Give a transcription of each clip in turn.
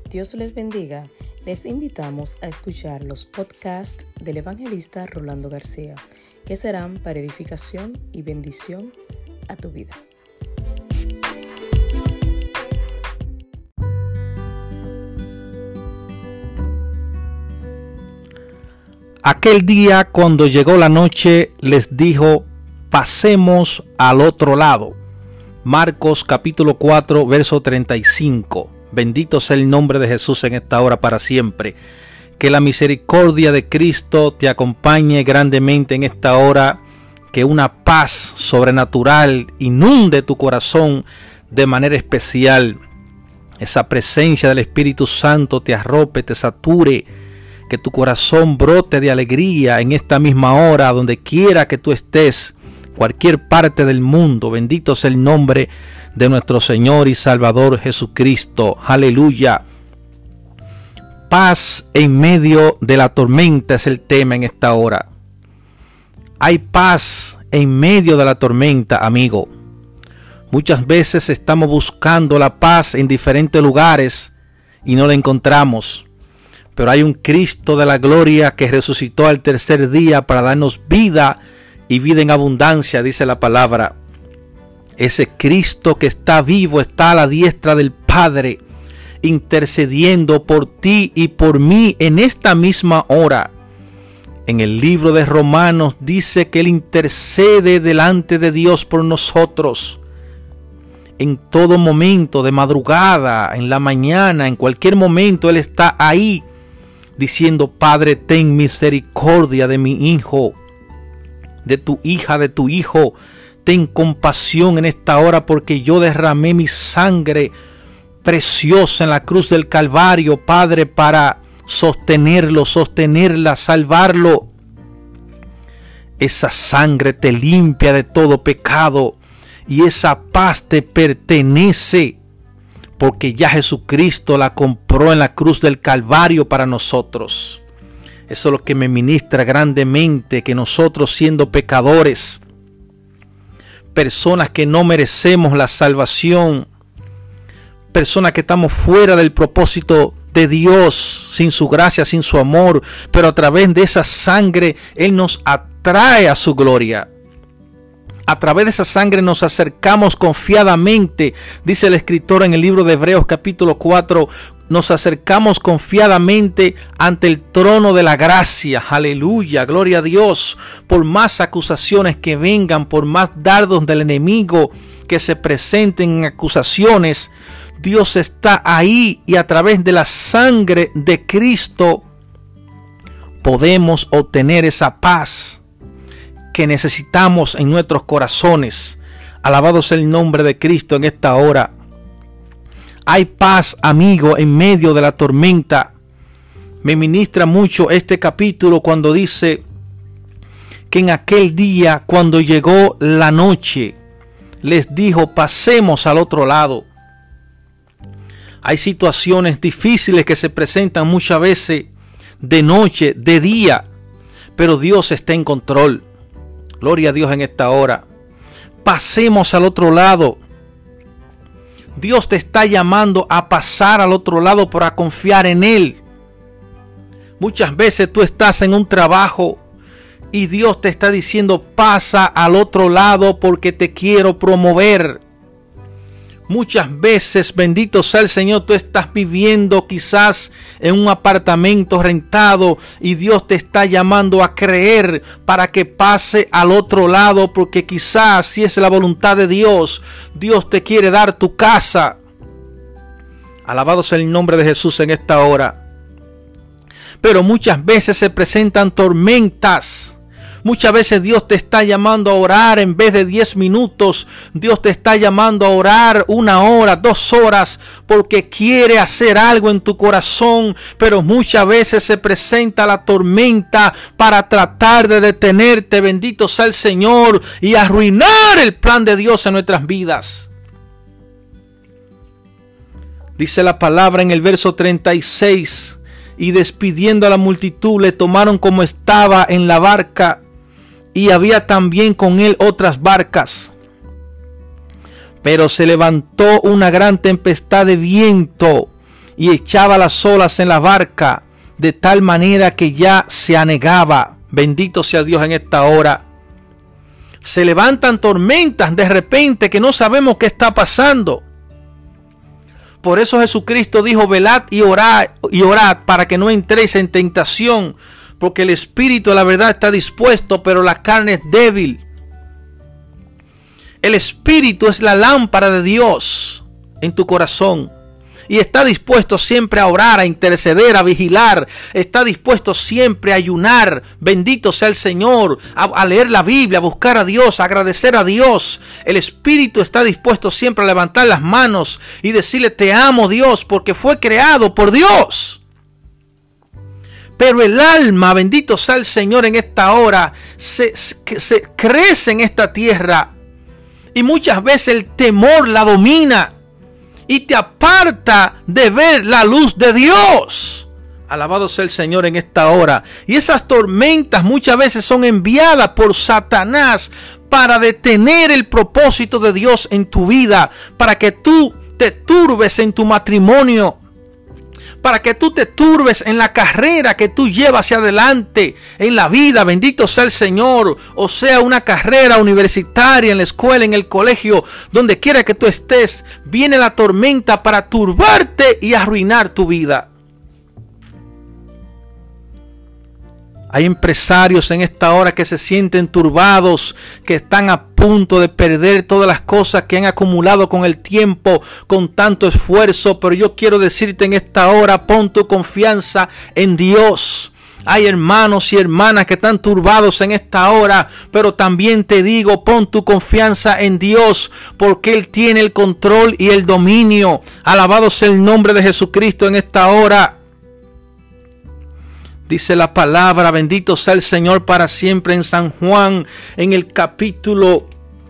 Dios les bendiga. Les invitamos a escuchar los podcasts del evangelista Rolando García, que serán para edificación y bendición a tu vida. Aquel día, cuando llegó la noche, les dijo: pasemos al otro lado. Marcos capítulo 4, verso 35. Bendito sea el nombre de Jesús en esta hora para siempre. Que la misericordia de Cristo te acompañe grandemente en esta hora. Que una paz sobrenatural inunde tu corazón de manera especial. Esa presencia del Espíritu Santo te arrope, te sature. Que tu corazón brote de alegría en esta misma hora, donde quiera que tú estés, cualquier parte del mundo. Bendito sea el nombre de nuestro Señor y Salvador Jesucristo. Aleluya. Paz en medio de la tormenta es el tema en esta hora. Hay paz en medio de la tormenta, amigo. Muchas veces estamos buscando la paz en diferentes lugares y no la encontramos. Pero hay un Cristo de la gloria que resucitó al tercer día para darnos vida y vida en abundancia, dice la palabra. Ese Cristo que está vivo, está a la diestra del Padre, intercediendo por ti y por mí en esta misma hora. En el libro de Romanos dice que Él intercede delante de Dios por nosotros. En todo momento, de madrugada, en la mañana, en cualquier momento, Él está ahí diciendo: Padre, ten misericordia de mi hijo, de tu hija, de tu hijo. Ten compasión en esta hora, porque yo derramé mi sangre preciosa en la cruz del Calvario, Padre, para sostenerlo, sostenerla, salvarlo. Esa sangre te limpia de todo pecado y esa paz te pertenece, porque ya Jesucristo la compró en la cruz del Calvario para nosotros. Eso es lo que me ministra grandemente, que nosotros, siendo pecadores, personas que no merecemos la salvación, personas que estamos fuera del propósito de Dios, sin su gracia, sin su amor, pero a través de esa sangre Él nos atrae a su gloria. A través de esa sangre nos acercamos confiadamente, dice el escritor en el libro de Hebreos capítulo 4, nos acercamos confiadamente ante el trono de la gracia. Aleluya, gloria a Dios. Por más acusaciones que vengan, por más dardos del enemigo que se presenten en acusaciones, Dios está ahí, y a través de la sangre de Cristo podemos obtener esa paz que necesitamos en nuestros corazones. Alabado sea el nombre de Cristo en esta hora. Hay paz, amigo, en medio de la tormenta. Me ministra mucho este capítulo cuando dice que en aquel día, cuando llegó la noche, les dijo: pasemos al otro lado. Hay situaciones difíciles que se presentan muchas veces de noche, de día, pero Dios está en control. Gloria a Dios en esta hora. Pasemos al otro lado. Dios te está llamando a pasar al otro lado para confiar en Él. Muchas veces tú estás en un trabajo y Dios te está diciendo: pasa al otro lado porque te quiero promover. Muchas veces, bendito sea el Señor, tú estás viviendo quizás en un apartamento rentado y Dios te está llamando a creer para que pase al otro lado, porque quizás, si es la voluntad de Dios, Dios te quiere dar tu casa. Alabado sea el nombre de Jesús en esta hora. Pero muchas veces se presentan tormentas. Muchas veces Dios te está llamando a orar en vez de 10 minutos. Dios te está llamando a orar 1 hora, 2 horas, porque quiere hacer algo en tu corazón. Pero muchas veces se presenta la tormenta para tratar de detenerte, bendito sea el Señor, y arruinar el plan de Dios en nuestras vidas. Dice la palabra en el verso 36: y despidiendo a la multitud, le tomaron como estaba en la barca, y había también con él otras barcas. Pero se levantó una gran tempestad de viento, y echaba las olas en la barca de tal manera que ya se anegaba. Bendito sea Dios en esta hora. Se levantan tormentas de repente que no sabemos qué está pasando. Por eso Jesucristo dijo: velad y orad para que no entréis en tentación, porque el espíritu, la verdad, está dispuesto, pero la carne es débil. El espíritu es la lámpara de Dios en tu corazón. Y está dispuesto siempre a orar, a interceder, a vigilar. Está dispuesto siempre a ayunar. Bendito sea el Señor. A leer la Biblia, a buscar a Dios, a agradecer a Dios. El Espíritu está dispuesto siempre a levantar las manos y decirle: te amo, Dios, porque fue creado por Dios. Pero el alma, bendito sea el Señor, en esta hora se crece en esta tierra. Y muchas veces el temor la domina y te aparta de ver la luz de Dios. Alabado sea el Señor en esta hora. Y esas tormentas muchas veces son enviadas por Satanás para detener el propósito de Dios en tu vida, para que tú te turbes en tu matrimonio, para que tú te turbes en la carrera que tú llevas hacia adelante en la vida. Bendito sea el Señor. O sea, una carrera universitaria, en la escuela, en el colegio, donde quiera que tú estés, viene la tormenta para turbarte y arruinar tu vida. Hay empresarios en esta hora que se sienten turbados, que están a punto de perder todas las cosas que han acumulado con el tiempo, con tanto esfuerzo. Pero yo quiero decirte en esta hora: pon tu confianza en Dios. Hay hermanos y hermanas que están turbados en esta hora, pero también te digo: pon tu confianza en Dios, porque Él tiene el control y el dominio. Alabado sea el nombre de Jesucristo en esta hora. Dice la palabra, bendito sea el Señor para siempre, en San Juan, en el capítulo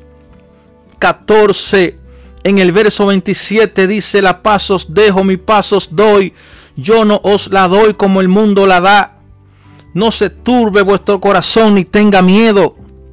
14, en el verso 27, dice: la paz os dejo, mi paz os doy, yo no os la doy como el mundo la da. No se turbe vuestro corazón ni tenga miedo.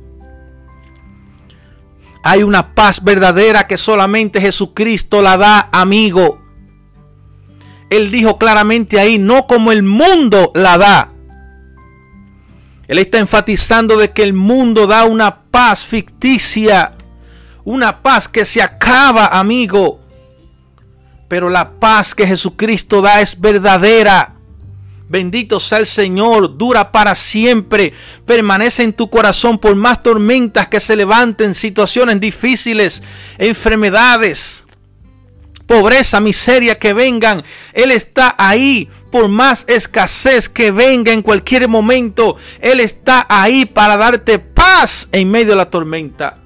Hay una paz verdadera que solamente Jesucristo la da, amigo. Él dijo claramente ahí: no como el mundo la da. Él está enfatizando de que el mundo da una paz ficticia, una paz que se acaba, amigo. Pero la paz que Jesucristo da es verdadera. Bendito sea el Señor, dura para siempre, permanece en tu corazón por más tormentas que se levanten, situaciones difíciles, enfermedades, pobreza, miseria que vengan. Él está ahí. Por más escasez que venga en cualquier momento, Él está ahí para darte paz en medio de la tormenta.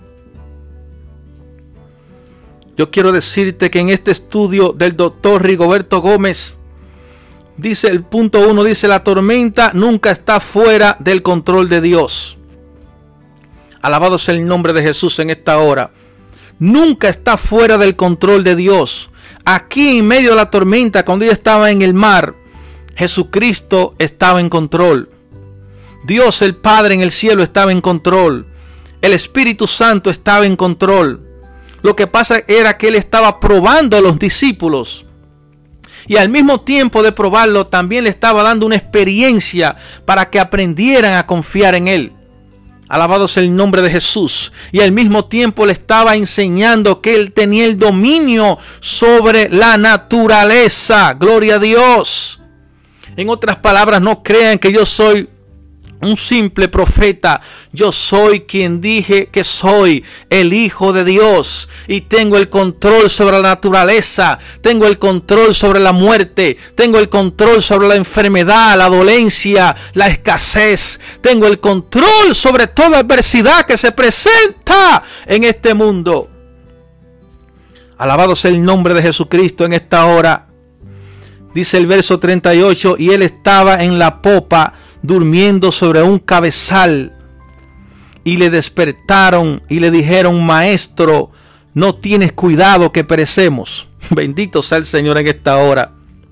Yo quiero decirte que en este estudio del doctor Rigoberto Gómez, dice el punto 1, dice: la tormenta nunca está fuera del control de Dios. Alabado sea el nombre de Jesús en esta hora. Nunca está fuera del control de Dios. Aquí en medio de la tormenta, cuando ella estaba en el mar, Jesucristo estaba en control. Dios el Padre en el cielo estaba en control. El Espíritu Santo estaba en control. Lo que pasa era que Él estaba probando a los discípulos. Y al mismo tiempo de probarlo, también le estaba dando una experiencia para que aprendieran a confiar en Él. Alabado sea el nombre de Jesús. Y al mismo tiempo le estaba enseñando que Él tenía el dominio sobre la naturaleza. Gloria a Dios. En otras palabras, no crean que yo soy un simple profeta. Yo soy quien dije que soy, el Hijo de Dios, y tengo el control sobre la naturaleza, tengo el control sobre la muerte, tengo el control sobre la enfermedad, la dolencia, la escasez, tengo el control sobre toda adversidad que se presenta en este mundo. Alabado sea el nombre de Jesucristo en esta hora. Dice el verso 38, y Él estaba en la popa durmiendo sobre un cabezal. Y le despertaron y le dijeron: Maestro, no tienes cuidado que perecemos. Bendito sea el Señor en esta hora.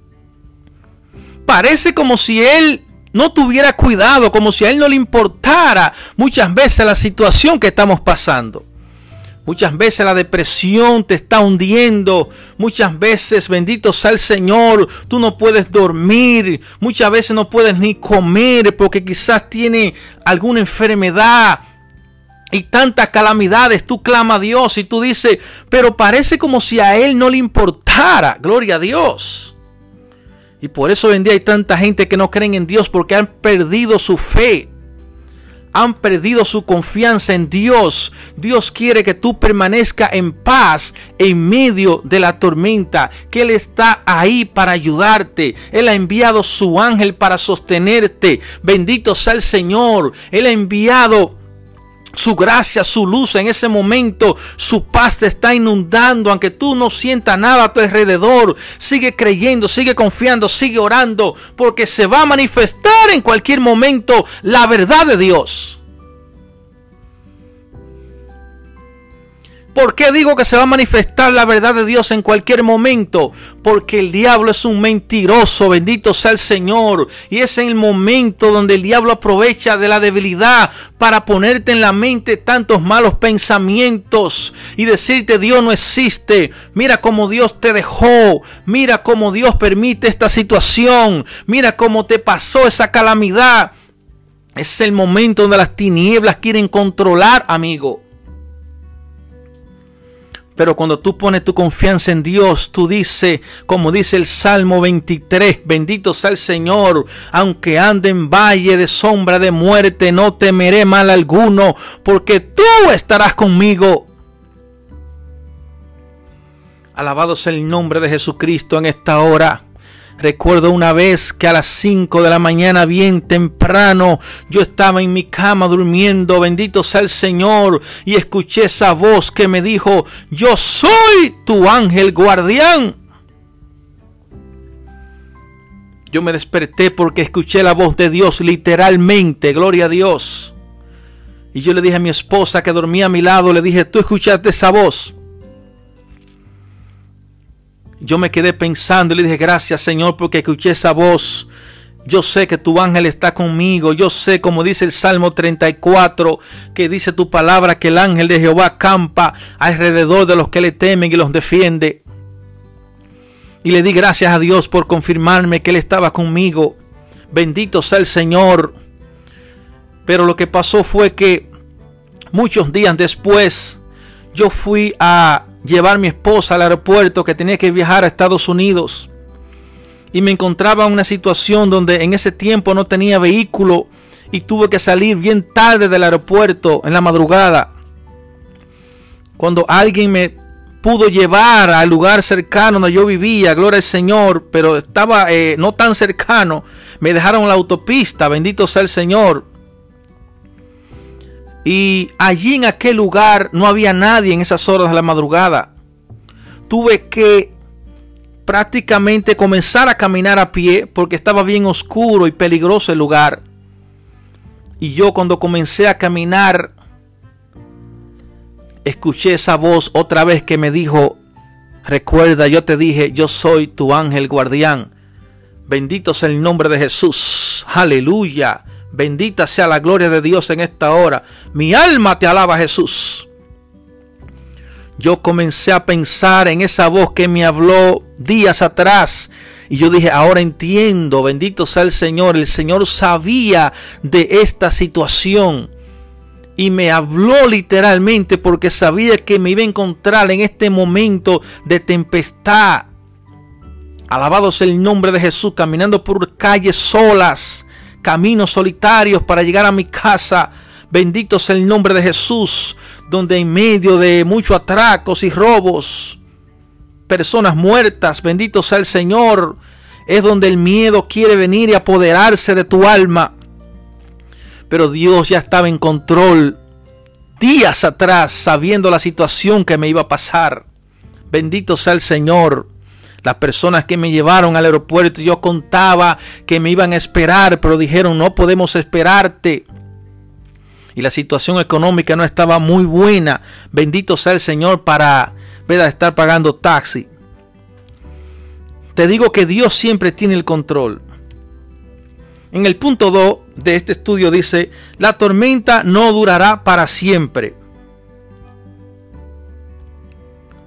Parece como si Él no tuviera cuidado, como si a Él no le importara muchas veces la situación que estamos pasando. Muchas veces la depresión te está hundiendo. Muchas veces, bendito sea el Señor, tú no puedes dormir. Muchas veces no puedes ni comer porque quizás tiene alguna enfermedad. Y tantas calamidades, tú clamas a Dios y tú dices, pero parece como si a Él no le importara. Gloria a Dios. Y por eso hoy en día hay tanta gente que no creen en Dios porque han perdido su fe. Han perdido su confianza en Dios. Dios quiere que tú permanezcas en paz en medio de la tormenta. Que Él está ahí para ayudarte. Él ha enviado su ángel para sostenerte. Bendito sea el Señor. Él ha enviado su gracia, su luz en ese momento. Su paz te está inundando. Aunque tú no sientas nada a tu alrededor, sigue creyendo, sigue confiando, sigue orando, porque se va a manifestar en cualquier momento la verdad de Dios. ¿Por qué digo que se va a manifestar la verdad de Dios en cualquier momento? Porque el diablo es un mentiroso, bendito sea el Señor. Y es en el momento donde el diablo aprovecha de la debilidad para ponerte en la mente tantos malos pensamientos y decirte Dios no existe. Mira cómo Dios te dejó. Mira cómo Dios permite esta situación. Mira cómo te pasó esa calamidad. Es el momento donde las tinieblas quieren controlar, amigo. Pero cuando tú pones tu confianza en Dios, tú dices, como dice el Salmo 23, bendito sea el Señor, aunque ande en valle de sombra de muerte, no temeré mal alguno, porque tú estarás conmigo. Alabado sea el nombre de Jesucristo en esta hora. Recuerdo una vez que a las 5 de la mañana, bien temprano, yo estaba en mi cama durmiendo, bendito sea el Señor, y escuché esa voz que me dijo, yo soy tu ángel guardián. Yo me desperté porque escuché la voz de Dios literalmente, gloria a Dios. Y yo le dije a mi esposa que dormía a mi lado, le dije, ¿tú escuchaste esa voz? Yo me quedé pensando y le dije, gracias Señor porque escuché esa voz. Yo sé que tu ángel está conmigo. Yo sé, como dice el Salmo 34, que dice tu palabra, que el ángel de Jehová acampa alrededor de los que le temen y los defiende. Y le di gracias a Dios por confirmarme que Él estaba conmigo. Bendito sea el Señor. Pero lo que pasó fue que muchos días después yo fui a llevar a mi esposa al aeropuerto, que tenía que viajar a Estados Unidos, y me encontraba en una situación donde en ese tiempo no tenía vehículo y tuve que salir bien tarde del aeropuerto en la madrugada. Cuando alguien me pudo llevar al lugar cercano donde yo vivía, gloria al Señor, pero estaba no tan cercano, me dejaron en la autopista, bendito sea el Señor. Y allí en aquel lugar no había nadie en esas horas de la madrugada. Tuve que prácticamente comenzar a caminar a pie porque estaba bien oscuro y peligroso el lugar. Y yo cuando comencé a caminar, escuché esa voz otra vez que me dijo, recuerda, yo te dije, yo soy tu ángel guardián. Bendito sea el nombre de Jesús. Aleluya. Bendita sea la gloria de Dios en esta hora. Mi alma te alaba, Jesús. Yo comencé a pensar en esa voz que me habló días atrás. Y yo dije, ahora entiendo, bendito sea el Señor. El Señor sabía de esta situación. Y me habló literalmente porque sabía que me iba a encontrar en este momento de tempestad. Alabado sea el nombre de Jesús, caminando por calles solas, caminos solitarios para llegar a mi casa. Bendito sea el nombre de Jesús, donde en medio de muchos atracos y robos, personas muertas, bendito sea el Señor, es donde el miedo quiere venir y apoderarse de tu alma. Pero Dios ya estaba en control días atrás, sabiendo la situación que me iba a pasar. Bendito sea el Señor. Las personas que me llevaron al aeropuerto, yo contaba que me iban a esperar, pero dijeron, no podemos esperarte. Y la situación económica no estaba muy buena. Bendito sea el Señor para estar pagando taxi. Te digo que Dios siempre tiene el control. En el punto 2 de este estudio dice, la tormenta no durará para siempre.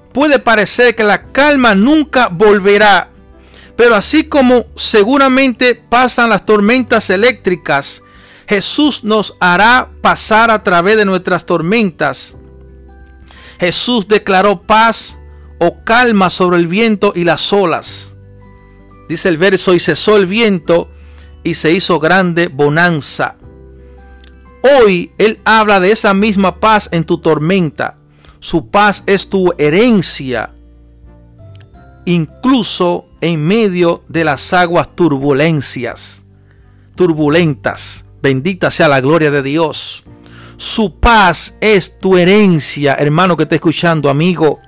puede parecer que la calma nunca volverá, pero así como seguramente pasan las tormentas eléctricas, Jesús nos hará pasar a través de nuestras tormentas. Jesús declaró paz o calma sobre el viento y las olas. Dice el verso: y cesó el viento y se hizo grande bonanza. Hoy Él habla de esa misma paz en tu tormenta. Su paz es tu herencia, incluso en medio de las aguas turbulentas. Bendita sea la gloria de Dios. Su paz es tu herencia, hermano que está escuchando, amigo.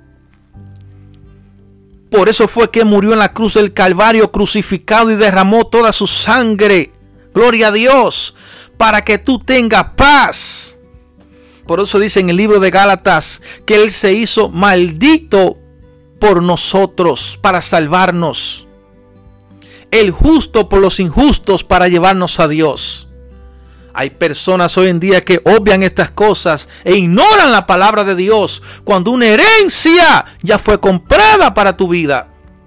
Por eso fue que murió en la cruz del Calvario, crucificado, y derramó toda su sangre. Gloria a Dios, para que tú tengas paz. Por eso dice en el libro de Gálatas que Él se hizo maldito por nosotros, para salvarnos. El justo por los injustos, para llevarnos a Dios. Hay personas hoy en día que obvian estas cosas e ignoran la palabra de Dios, cuando una herencia ya fue comprada para tu vida.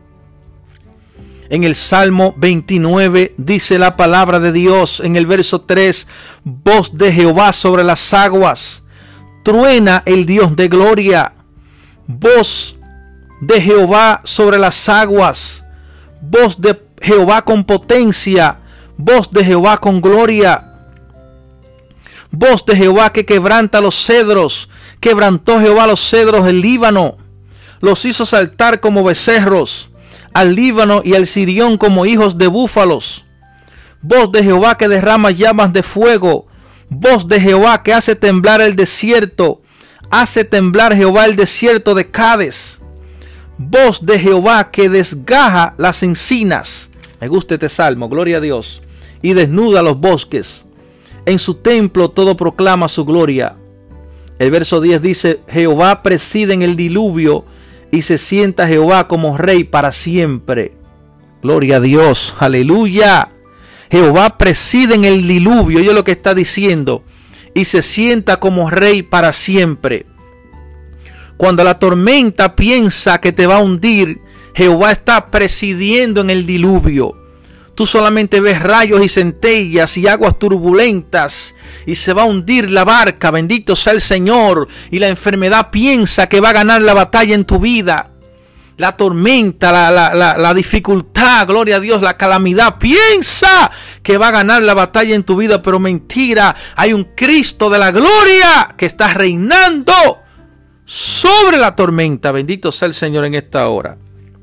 En el Salmo 29 dice la palabra de Dios en el verso 3: voz de Jehová sobre las aguas, truena el Dios de gloria. Voz de Jehová sobre las aguas, voz de Jehová con potencia, voz de Jehová con gloria. Voz de Jehová que quebranta los cedros, quebrantó Jehová los cedros del Líbano, los hizo saltar como becerros, al Líbano y al Sirión como hijos de búfalos. Voz de Jehová que derrama llamas de fuego, voz de Jehová que hace temblar el desierto, hace temblar Jehová el desierto de Cades. Voz de Jehová que desgaja las encinas. Me gusta este salmo, gloria a Dios. Y desnuda los bosques. En su templo todo proclama su gloria. El verso 10 dice: Jehová preside en el diluvio y se sienta Jehová como rey para siempre. Gloria a Dios, aleluya. Jehová preside en el diluvio, y es lo que está diciendo, y se sienta como rey para siempre. Cuando la tormenta piensa que te va a hundir, Jehová está presidiendo en el diluvio. Tú solamente ves rayos y centellas y aguas turbulentas y se va a hundir la barca, bendito sea el Señor. Y la enfermedad piensa que va a ganar la batalla en tu vida. La tormenta, la dificultad, gloria a Dios, la calamidad piensa que va a ganar la batalla en tu vida, pero mentira. Hay un Cristo de la gloria que está reinando sobre la tormenta. Bendito sea el Señor en esta hora.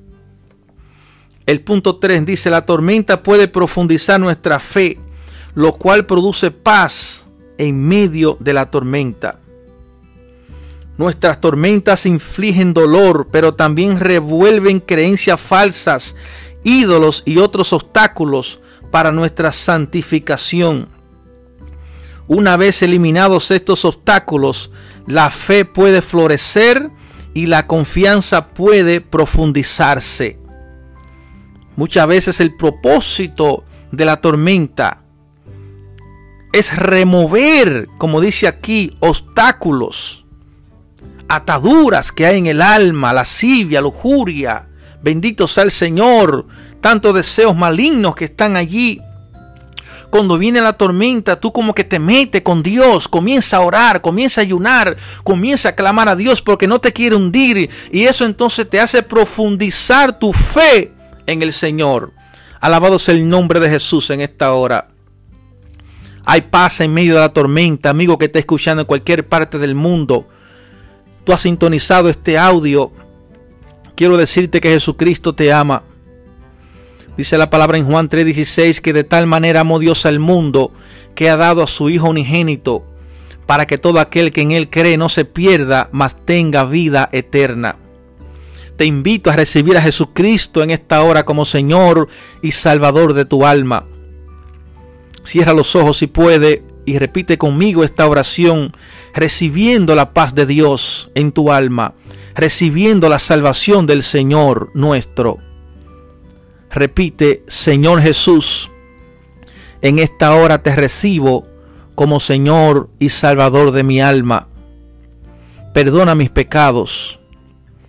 El punto 3 dice: la tormenta puede profundizar nuestra fe, lo cual produce paz en medio de la tormenta. Nuestras tormentas infligen dolor, pero también revuelven creencias falsas, ídolos y otros obstáculos para nuestra santificación. Una vez eliminados estos obstáculos, la fe puede florecer y la confianza puede profundizarse. Muchas veces el propósito de la tormenta es remover, como dice aquí, obstáculos, ataduras que hay en el alma, lascivia, lujuria. Bendito sea el Señor, tantos deseos malignos que están allí. Cuando viene la tormenta, tú como que te metes con Dios, comienza a orar, comienza a ayunar, comienza a clamar a Dios porque no te quiere hundir, y eso entonces te hace profundizar tu fe en el Señor. Alabado sea el nombre de Jesús en esta hora. Hay paz en medio de la tormenta, amigo que está escuchando en cualquier parte del mundo. Tú has sintonizado este audio. Quiero decirte que Jesucristo te ama. Dice la palabra en Juan 3:16 que de tal manera amó Dios al mundo que ha dado a su Hijo unigénito, para que todo aquel que en Él cree no se pierda, mas tenga vida eterna. Te invito a recibir a Jesucristo en esta hora como Señor y Salvador de tu alma. Cierra los ojos si puede y repite conmigo esta oración, recibiendo la paz de Dios en tu alma, recibiendo la salvación del Señor nuestro. Repite: Señor Jesús, en esta hora te recibo como Señor y Salvador de mi alma. Perdona mis pecados.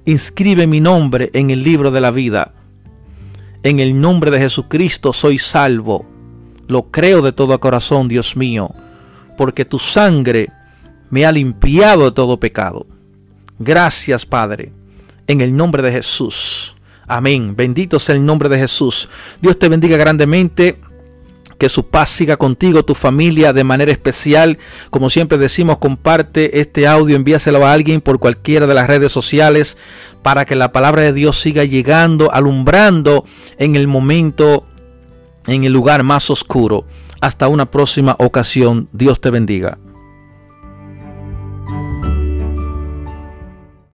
inscribe mi nombre en el libro de la vida. En el nombre de Jesucristo soy salvo. Lo creo de todo corazón, Dios mío, porque tu sangre me ha limpiado de todo pecado. Gracias, Padre, en el nombre de Jesús. Amén. Bendito sea el nombre de Jesús. Dios te bendiga grandemente. Que su paz siga contigo, tu familia, de manera especial. Como siempre decimos, comparte este audio, envíaselo a alguien por cualquiera de las redes sociales para que la palabra de Dios siga llegando, alumbrando en el momento, en el lugar más oscuro. Hasta una próxima ocasión. Dios te bendiga.